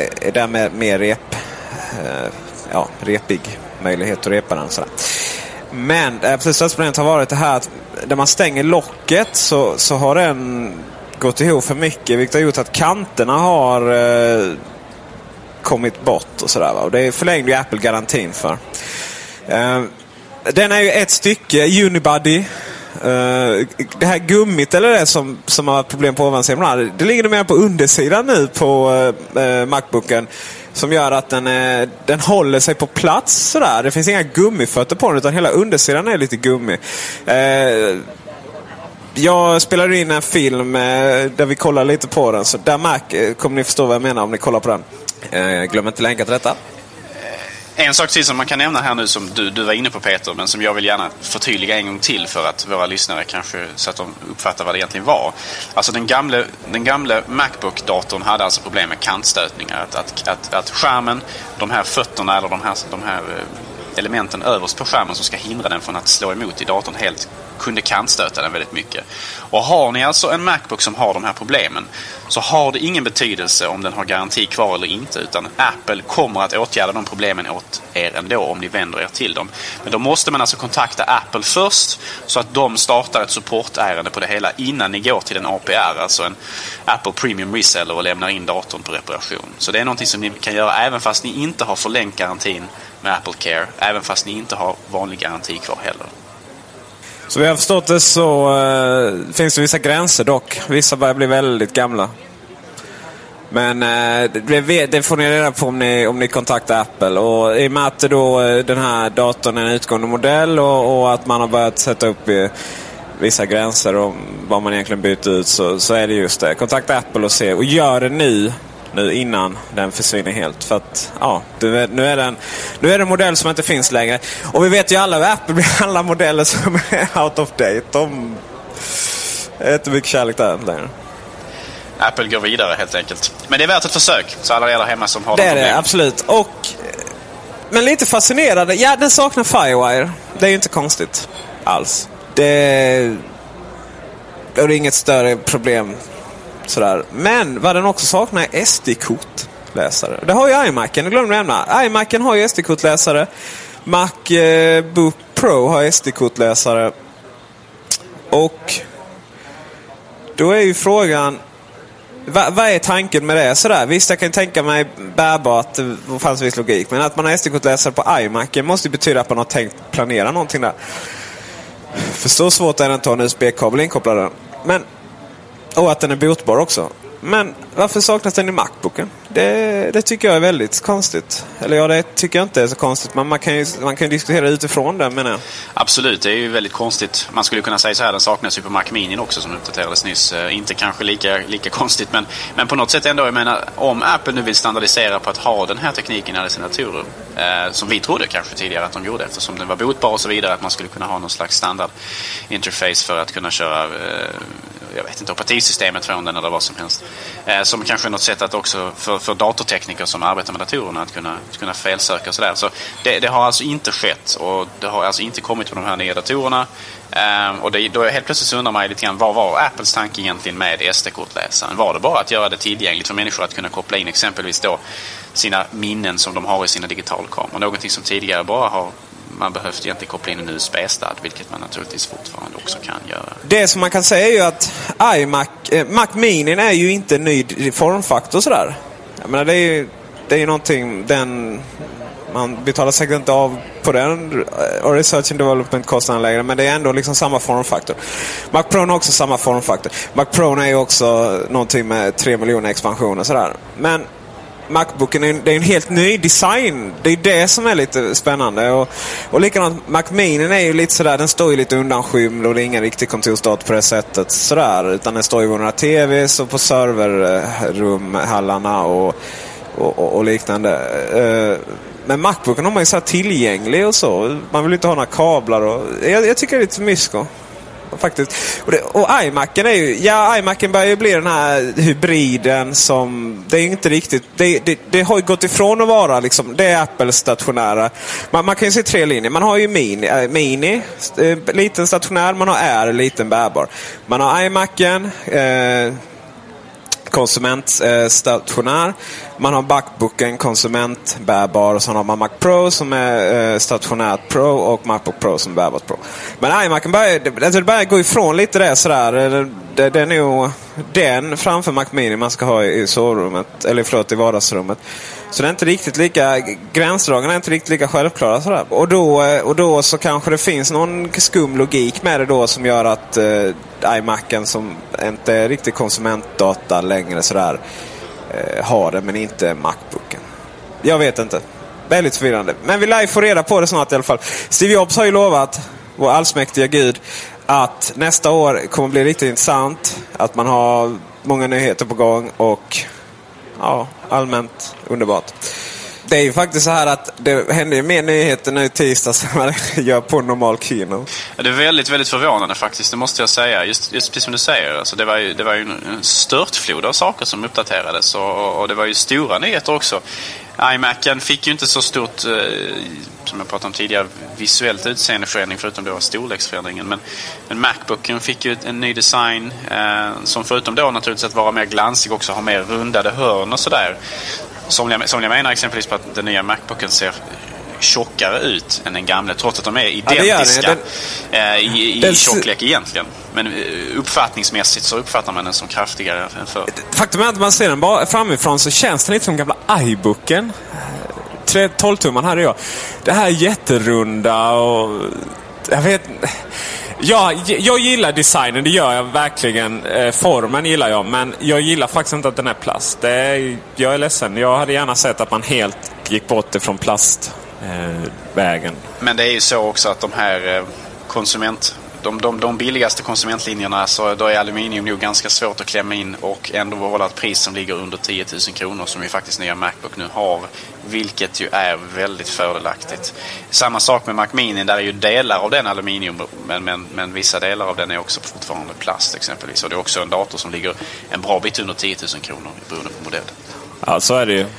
därmed mer repig möjlighet att repa den sådär. Men det största problemet har varit det här att när man stänger locket så har den gått ihop för mycket, vilket har gjort att kanterna har kommit bort och sådär. Och det förlängde ju Apple-garantin för. Den är ju ett stycke, Unibody. Det här gummit eller det som har problem på ovansidan, det ligger mer på undersidan nu på Macbooken, som gör att den håller sig på plats sådär. Det finns inga gummifötter på den, utan hela undersidan är lite gummi. Jag spelade in en film där vi kollar lite på den, så där kommer ni förstå vad jag menar om ni kollar på den. Glöm inte länka till detta. En sak till som man kan nämna här nu, som du var inne på, Peter, men som jag vill gärna förtydliga en gång till för att våra lyssnare kanske, så att de uppfattar vad det egentligen var. Alltså den gamla Macbook-datorn hade alltså problem med kantstötningar. Att skärmen, de här fötterna eller de här elementen överst på skärmen som ska hindra den från att slå emot i datorn helt kunde kantstöta den väldigt mycket. Och har ni alltså en Macbook som har de här problemen, så har det ingen betydelse om den har garanti kvar eller inte, utan Apple kommer att åtgärda de problemen åt er ändå om ni vänder er till dem. Men då måste man alltså kontakta Apple först, så att de startar ett supportärende på det hela innan ni går till en APR, alltså en Apple Premium Reseller, och lämnar in datorn på reparation. Så det är någonting som ni kan göra även fast ni inte har förlängt garantin med Apple Care, även fast ni inte har vanlig garanti kvar heller. Så vi har förstått det, så finns det vissa gränser dock. Vissa börjar bli väldigt gamla. Men det får ni reda på om ni kontaktar Apple. Och i och med att då den här datorn är en utgående modell och att man har börjat sätta upp vissa gränser och vad man egentligen byter ut, så är det just det. Kontakta Apple och se, och gör det nu innan den försvinner helt. För att nu är det en modell som inte finns längre. Och vi vet ju alla hur Apple blir, alla modeller som är out of date. De är inte mycket kärlek där längre. Apple går vidare helt enkelt. Men det är värt ett försök, så alla er hemma som har det. Det är det, absolut. Men lite fascinerande. Ja, den saknar Firewire. Det är ju inte konstigt alls. Det är inget större problem sådär. Men vad den också saknar är SD-kortläsare. Det har ju iMacen, jag glömde nämna. iMacen har ju SD-kortläsare. MacBook Pro har SD-kortläsare. Och då är ju frågan, vad är tanken med det? Sådär, visst, jag kan tänka mig bärbart, det fanns viss logik. Men att man har SD-kortläsare på iMacen måste ju betyda att man har tänkt planera någonting där. För så svårt är det inte att ha en USB-kabel inkopplad den. Och att den är bootbar också. Men varför saknas den i Macbooken? Det tycker jag är väldigt konstigt. Eller ja, det tycker jag inte är så konstigt. Men man kan ju diskutera utifrån den, menar jag. Absolut, det är ju väldigt konstigt. Man skulle kunna säga så här, den saknas ju på Mac Mini också, som uppdaterades nyss. Inte kanske lika konstigt, men på något sätt ändå. Jag menar, om Apple nu vill standardisera på att ha den här tekniken i alla sina datorer, som vi trodde kanske tidigare att de gjorde, eftersom den var bootbar och så vidare, att man skulle kunna ha någon slags standard interface för att kunna köra jag vet inte, operativsystemet från den eller vad som helst. Som kanske är något sätt att också för datortekniker som arbetar med datorerna att kunna felsöka och sådär. Så det har alltså inte skett, och det har alltså inte kommit på de här nya datorerna. Och då helt plötsligt undrar man lite grann, vad var Apples tanke egentligen med SD-kortläsaren? Var det bara att göra det tillgängligt för människor att kunna koppla in exempelvis då sina minnen som de har i sina digitalkameror? Någonting som tidigare bara har man behövt egentligen koppla in en USB-stad, vilket man naturligtvis fortfarande också kan göra. Det som man kan säga är ju att Mac Mini är ju inte en ny formfaktor sådär. Jag menar, det är ju någonting, man betalar säkert inte av på den och research and development kostar lägre, men det är ändå liksom samma formfaktor. Mac Pro är också samma formfaktor. Mac Pro är ju också någonting med 3 miljoner expansioner sådär. Men Macbooken det är en helt ny design. Det är det som är lite spännande. Och likadant, Mac Mini är ju lite sådär, den står ju lite undanskymd och det är ingen riktig kontorsdator på det sättet sådär, utan den står ju på några TVs och på serverrumhallarna och liknande. Men Macbooken har man ju så här tillgänglig och så. Man vill inte ha några kablar och jag tycker det är lite mysko faktiskt. Och iMacen är ju, iMacen börjar ju bli den här hybriden som, det är ju inte riktigt, det har ju gått ifrån att vara liksom, det är Apples stationära. Man kan ju se 3 linjer. Man har ju mini liten stationär, man har liten bärbar. Man har iMacen, konsumentstationär. Man har Macbooken konsumentbärbar, och så har man Mac Pro som är stationärt Pro och Macbook Pro som är bärbart Pro. Men iMacen börjar gå ifrån lite det sådär. Det är nog den framför Mac Mini man ska ha i sovrummet, eller i vardagsrummet. Så det är inte riktigt lika, gränsdragen är inte riktigt lika självklara sådär. Och då så kanske det finns någon skum logik med det då som gör att iMacen, som inte är riktigt konsumentdata längre sådär, har det, men inte Macbooken. Jag vet inte. Väldigt förvirrande. Men vi lär få reda på det snart i alla fall. Steve Jobs har ju lovat, vår allsmäktiga gud, att nästa år kommer bli riktigt intressant. Att man har många nyheter på gång och ja, allmänt underbart. Det är ju faktiskt så här att det händer ju mer nyheter nu tisdag som man gör på normal kino. Ja, det är väldigt, väldigt förvånande faktiskt, det måste jag säga. Just precis som du säger. Alltså, det var ju en störtflod av saker som uppdaterades och det var ju stora nyheter också. iMacen fick ju inte så stort, som jag pratade om tidigare, visuellt utseendeförändring, förutom då storleksförändringen. Men Macbooken fick ju en ny design som förutom då naturligtvis att vara mer glansig också har mer rundade hörn och sådär. Som jag menar exempelvis på att den nya Macbooken ser tjockare ut än den gamla, trots att de är identiska i tjocklek egentligen. Men uppfattningsmässigt så uppfattar man den som kraftigare än förr. Faktum är att man ser den bara framifrån så känns den lite som gamla iBooken. 12-tumman hade jag. Det här jätterunda och jag vet. Jag gillar designen, det gör jag verkligen. Formen gillar jag, men jag gillar faktiskt inte att den är plast. Jag är ledsen. Jag hade gärna sett att man helt gick bort ifrån plastvägen. Men det är ju så också att de här de billigaste konsumentlinjerna, så då är aluminium nog ganska svårt att klämma in och ändå hålla ett pris som ligger under 10 000 kronor som ju faktiskt nya Macbook nu har, vilket ju är väldigt fördelaktigt. Samma sak med Mac Mini, där är ju delar av den aluminium, men vissa delar av den är också fortfarande plast exempelvis, och det är också en dator som ligger en bra bit under 10 000 kronor beroende på modell. Ja, så är det ju.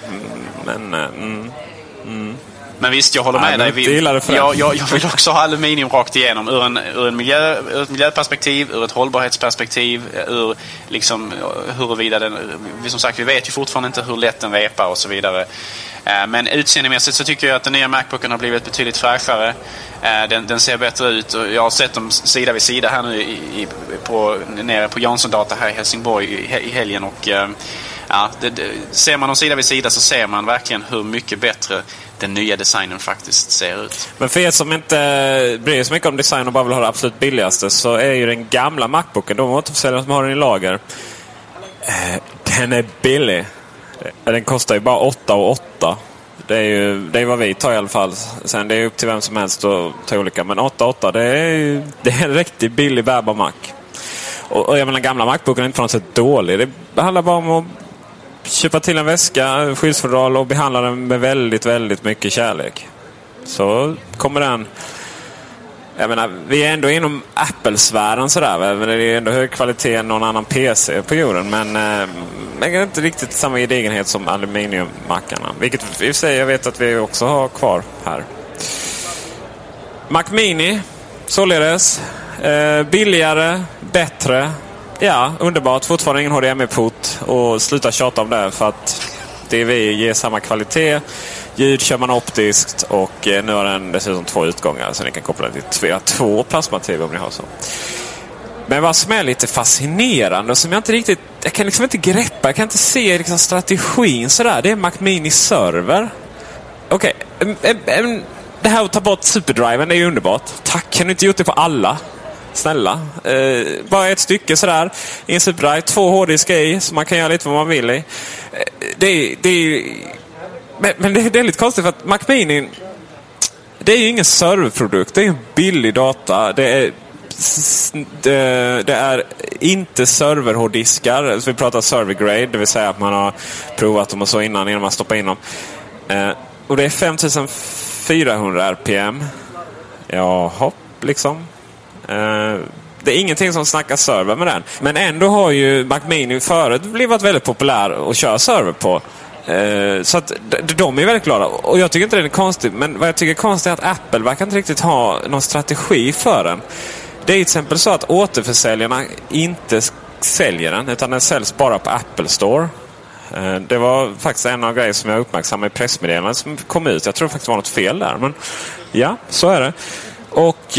Men visst, jag håller med dig. Jag vill också ha aluminium rakt igenom ur ett miljöperspektiv, ur ett hållbarhetsperspektiv, ur liksom huruvida den, som sagt, vi vet ju fortfarande inte hur lätt den repar och så vidare. Men utseendemässigt så tycker jag att den nya Macbooken har blivit betydligt fräschare. Den ser bättre ut. Jag har sett dem sida vid sida här nu nere på Jansson Data här i Helsingborg i helgen, och ser man dem sida vid sida så ser man verkligen hur mycket bättre den nya designen faktiskt ser ut. Men för er som inte bryr sig så mycket om design och bara vill ha det absolut billigaste, så är ju den gamla Macbooken, de återförsäljare som har den i lager, den är billig. Den kostar ju bara 8,8. Det är vad vi tar i alla fall. Sen det är upp till vem som helst att ta olika. Men 8,8 det är en riktigt billig bärbar Mac. Och jag menar, gamla Macbooken är inte på något sätt dålig. Det handlar bara om att köpa till en väska, skyddsfodral och behandla den med väldigt, väldigt mycket kärlek. Så kommer den. Jag menar, vi är ändå inom Apple-sfären sådär. Men det är ändå hög kvalitet än någon annan PC på jorden. Men det är inte riktigt samma gedigenhet som aluminiummackarna. Vilket i och för sig jag vet att vi också har kvar här. Mac Mini, således. Billigare, bättre. Ja, underbart. Fortfarande ingen HDMI-port. Och sluta tjata om det, för att TV ger samma kvalitet. Ljud kör man optiskt, och nu har den dessutom 2 utgångar, så ni kan koppla till 2 plasma-TV om ni har så. Men vad som är lite fascinerande, som jag kan liksom inte greppa, jag kan inte se liksom strategin sådär, det är Mac Mini server. Okej. Det här att ta bort superdriven är ju underbart. Tack, kan du inte gjort det på alla? Snälla. Bara ett stycke sådär i en superdrive, 2 hårddiskar i, så man kan göra lite vad man vill i. Men det är lite konstigt, för att Mac Mini, det är ju ingen serverprodukt, det är en billig data. Det är inte serverhårddiskar. Så vi pratar server grade, det vill säga att man har provat dem och så innan man stoppar in dem. Och det är 5400 RPM. Ja, hopp liksom. Det är ingenting som snackar server med den. Men ändå har ju Mac Mini förut blivit väldigt populär att köra server på. Så att de är väldigt glada. Och jag tycker inte det är konstigt. Men vad jag tycker är konstigt är att Apple verkar inte riktigt ha någon strategi för den. Det är till exempel så att återförsäljarna inte säljer den, utan den säljs bara på Apple Store. Det var faktiskt en av grejerna som jag uppmärksammade i pressmeddelandet som kom ut. Jag tror faktiskt det var något fel där, men ja, så är det. Och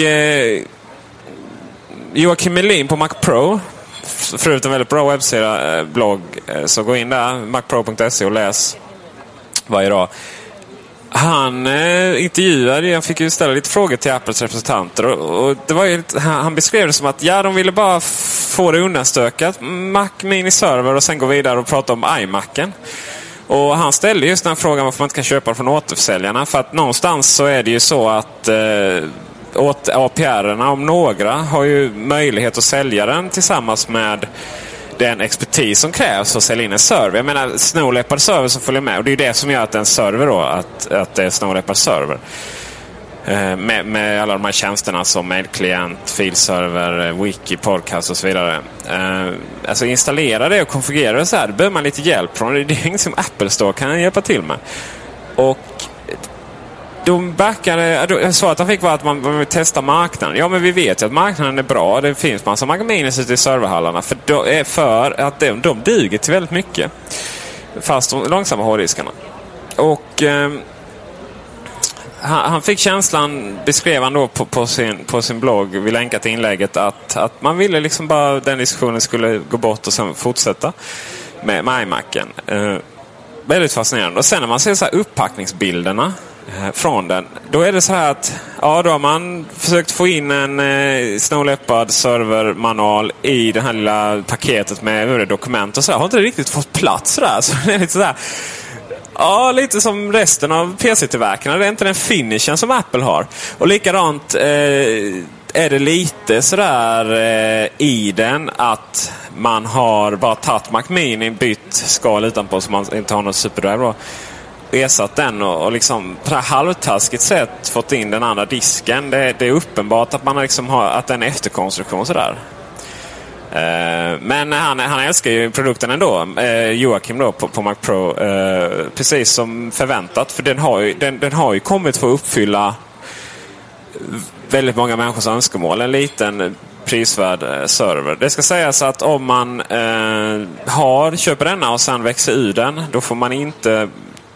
Joakim Melin på Mac Pro, förut en väldigt bra webbsida, blogg, så gå in där, macpro.se, och läs varje dag. Han intervjuade, jag fick ju ställa lite frågor till Apples representanter, och det var ju, han beskrev det som att de ville bara få det undanstökat, Mac Mini Server, och sen gå vidare och prata om iMacen. Och han ställde just den här frågan varför man inte kan köpa från återförsäljarna, för att någonstans så är det ju så att APR-erna, om några, har ju möjlighet att sälja den tillsammans med den expertis som krävs för att sälja in en server. Jag menar, Snow Leopard server som följer med. Och det är det som gör att det är en server då. Att det är Snow Leopard server. Med alla de här tjänsterna som mailklient, filserver, wiki, podcast och så vidare. Alltså installera det och konfigurera det så här. Det behöver man lite hjälp från. Det är inget som Apple Store kan hjälpa till med. Och de backade, svaret han fick var att man vill testa marknaden. Ja, men vi vet ju att marknaden är bra. Det finns massa Mac Minis ute i serverhallarna. För att de duger till väldigt mycket. Fast de långsamma hårddiskarna. Och han fick känslan, beskrev han då på sin blogg, vi länkar till inlägget, att man ville liksom bara den diskussionen skulle gå bort och sen fortsätta med iMacen. Väldigt fascinerande. Och sen när man ser så här upppackningsbilderna från den, då är det så här att då har man försökt få in en Snow Leopard servermanual i det här lilla paketet med övriga dokument och så här. Har inte riktigt fått plats där, så det är lite så här. Ja, lite som resten av PC-tillverkarna. Det är inte den finishen som Apple har. Och likadant är det lite sådär i den att man har bara tagit Mac Mini, bytt skal utanpå så man inte har något superdrive då, ersatt den och liksom på det här halvtaskigt sätt fått in den andra disken. Det är uppenbart att man liksom har att den är efterkonstruktion sådär. Men han älskar ju produkten ändå, Joakim då på Mac Pro, precis som förväntat, för den har ju kommit för att uppfylla väldigt många människors önskemål. En liten prisvärd server. Det ska sägas att om man köper denna och sen växer ur den, då får man inte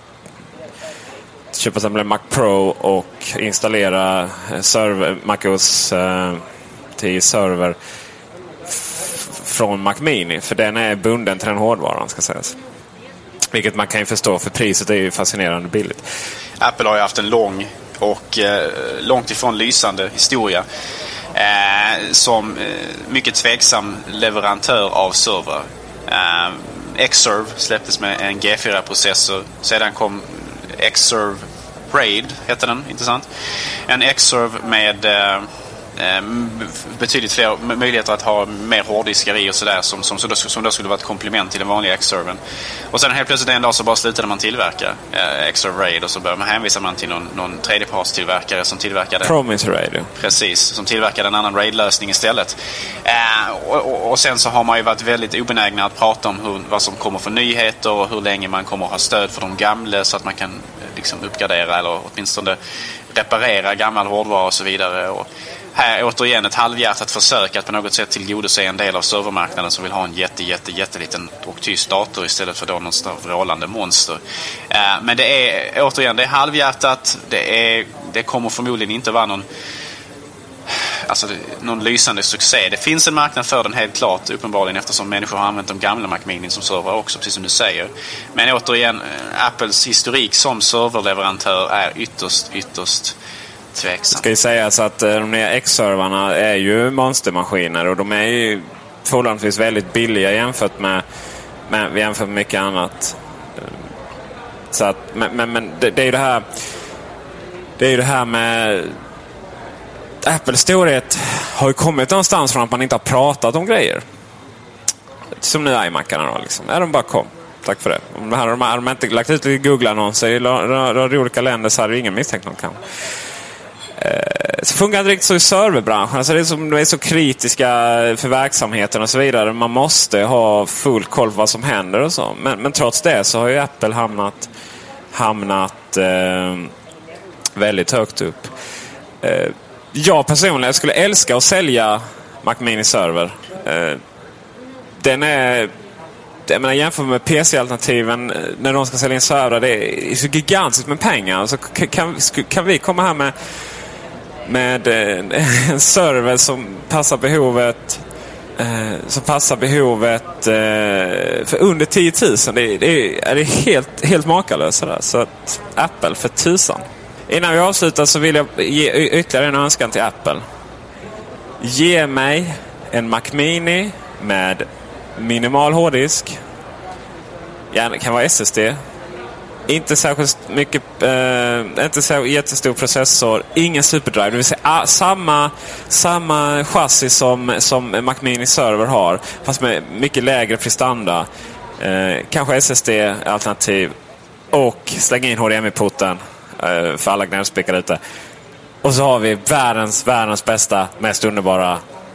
köpa till Mac Pro och installera MacOS 10 server från Mac Mini, för den är bunden till den hårdvaran, ska sägas. Vilket man kan ju förstå, för priset är ju fascinerande billigt. Apple har ju haft en lång och långt ifrån lysande historia som mycket tveksam leverantör av servrar. Xserve släpptes med en G4-processor. Sedan kom Xserve Raid, heter den, intressant. En Xserve med betydligt fler möjligheter att ha mer hårddiskar i och sådär, som då skulle vara ett komplement till den vanliga Xserven. Och sen helt plötsligt en dag så bara slutade man tillverka Xserve Raid, och så började man hänvisa man till någon tredjepartstillverkare som tillverkade Promise Raid. Precis, som tillverkade en annan Raid-lösning istället. Och sen så har man ju varit väldigt obenägna att prata om vad som kommer för nyheter och hur länge man kommer att ha stöd för de gamla, så att man kan liksom uppgradera eller åtminstone reparera gammal hårdvara och så vidare. Och här återigen ett halvhjärtat försök att på något sätt tillgodose en del av servermarknaden som vill ha en jätteliten och tyst dator istället för då någon vrålande monster. Men det är halvhjärtat. Det kommer förmodligen inte vara någon lysande succé. Det finns en marknad för den helt klart, uppenbarligen, eftersom människor har använt de gamla Mac Mini som server också, precis som du säger. Men återigen, Apples historik som serverleverantör är ytterst tveksam. Ska ju säga så att de nya X-servarna är ju monstermaskiner, och de är ju förhållandevis väldigt billiga jämfört med mycket annat. Så att, men det är ju det här med Apples storhet har ju kommit någonstans från att man inte har pratat om grejer. Som nu iMacarna då liksom. De bara kom. Tack för det. Om de inte lagt ut lite Google-annonser i olika länder, så hade ingen misstänkt någon kan. Så funkar inte riktigt så i serverbranschen. Alltså det är så kritiska för verksamheten och så vidare. Man måste ha full koll på vad som händer och så. Men trots det så har ju Apple hamnat väldigt högt upp. Jag personligen skulle älska att sälja Mac Mini server. den är... Jag menar, jämfört med PC-alternativen när de ska sälja in servrar, det är så gigantiskt med pengar. Så kan vi komma här med en server som passar behovet för under 10 000. Det är helt makalöst. Så att Apple, för tusan. Innan vi avslutar så vill jag ge ytterligare en önskan till Apple. Ge mig en Mac Mini med minimal hårddisk. Gärna kan vara SSD. Inte särskilt mycket, inte så jättestor processor, ingen superdrive. Det vill säga samma chassi som Mac Mini server har, fast med mycket lägre prestanda. Kanske SSD-alternativ och slänga in HDMI-porten för alla gnällspikar ute. Och så har vi världens bästa, mest underbara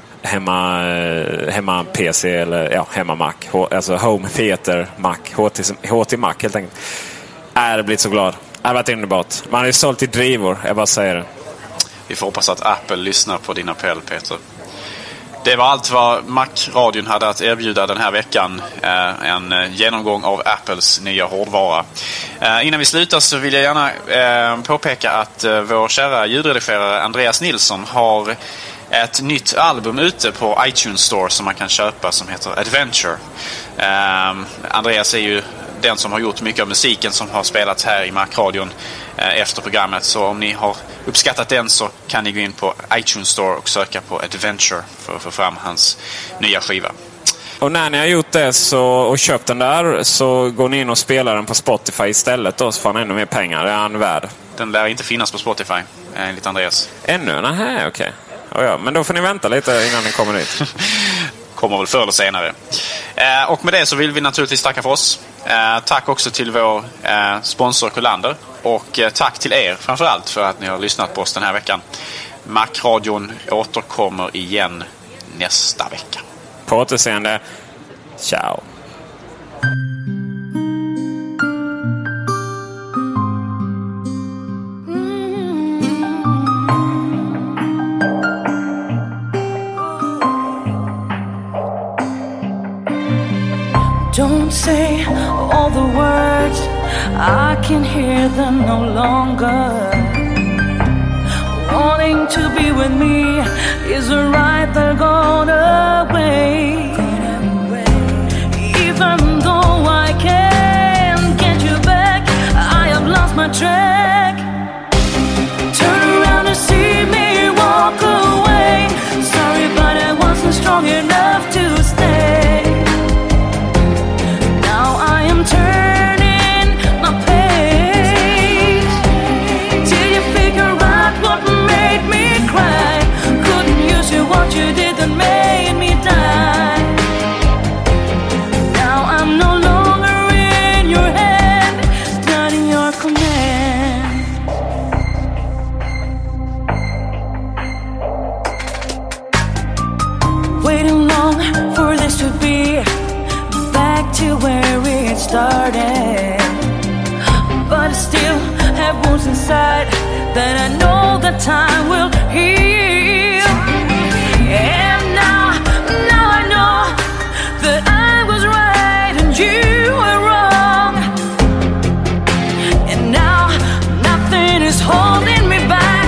hemma PC eller hemma Mac, alltså Home Theater Mac, HT Mac helt enkelt. Jag blivit så glad. Det har varit underbart. Man har ju sålt i drivor, jag bara säger det. Vi får hoppas att Apple lyssnar på din appell, Peter. Det var allt vad Mac-radion hade att erbjuda den här veckan. En genomgång av Apples nya hårdvara. Innan vi slutar så vill jag gärna påpeka att vår kära ljudredigerare Andreas Nilsson har ett nytt album ute på iTunes Store som man kan köpa som heter Adventure. Andreas är ju den som har gjort mycket av musiken som har spelats här i Mac-radion efter programmet. Så om ni har uppskattat den så kan ni gå in på iTunes Store och söka på Adventure för att få fram hans nya skiva. Och när ni har gjort det och köpt den där så går ni in och spelar den på Spotify istället då, så får han ännu mer pengar. Det är han värd. Den lär inte finnas på Spotify enligt Andreas. Ännu? Nähä, okej. Ja, men då får ni vänta lite innan ni kommer dit. Kommer väl förr eller senare. Och med det så vill vi naturligtvis tacka för oss. Tack också till vår sponsor Kullander. Och tack till er framförallt för att ni har lyssnat på oss den här veckan. Mac-radion återkommer igen nästa vecka. På återseende. Ciao. Don't say all the words, I can hear them no longer. Wanting to be with me is a right that gone away. Even though I can't get you back, I have lost my track. Turn around and see me walk away. Sorry, but I wasn't strong enough to stay. Turning my page till you figure out what made me cry. Couldn't use you, what you did that made me die. Now I'm no longer in your head, not in your command. Waiting long for this to be back to where it started, but I still have wounds inside that I know that time will heal. And now I know that I was right and you were wrong. And now nothing is holding me back.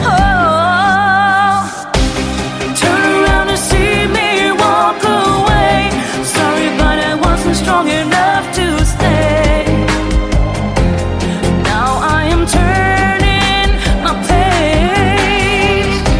Oh, turn around and see me walk away. Sorry, but I wasn't strong enough to stay. Now I am turning my page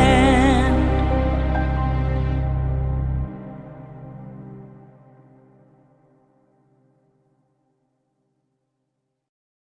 again.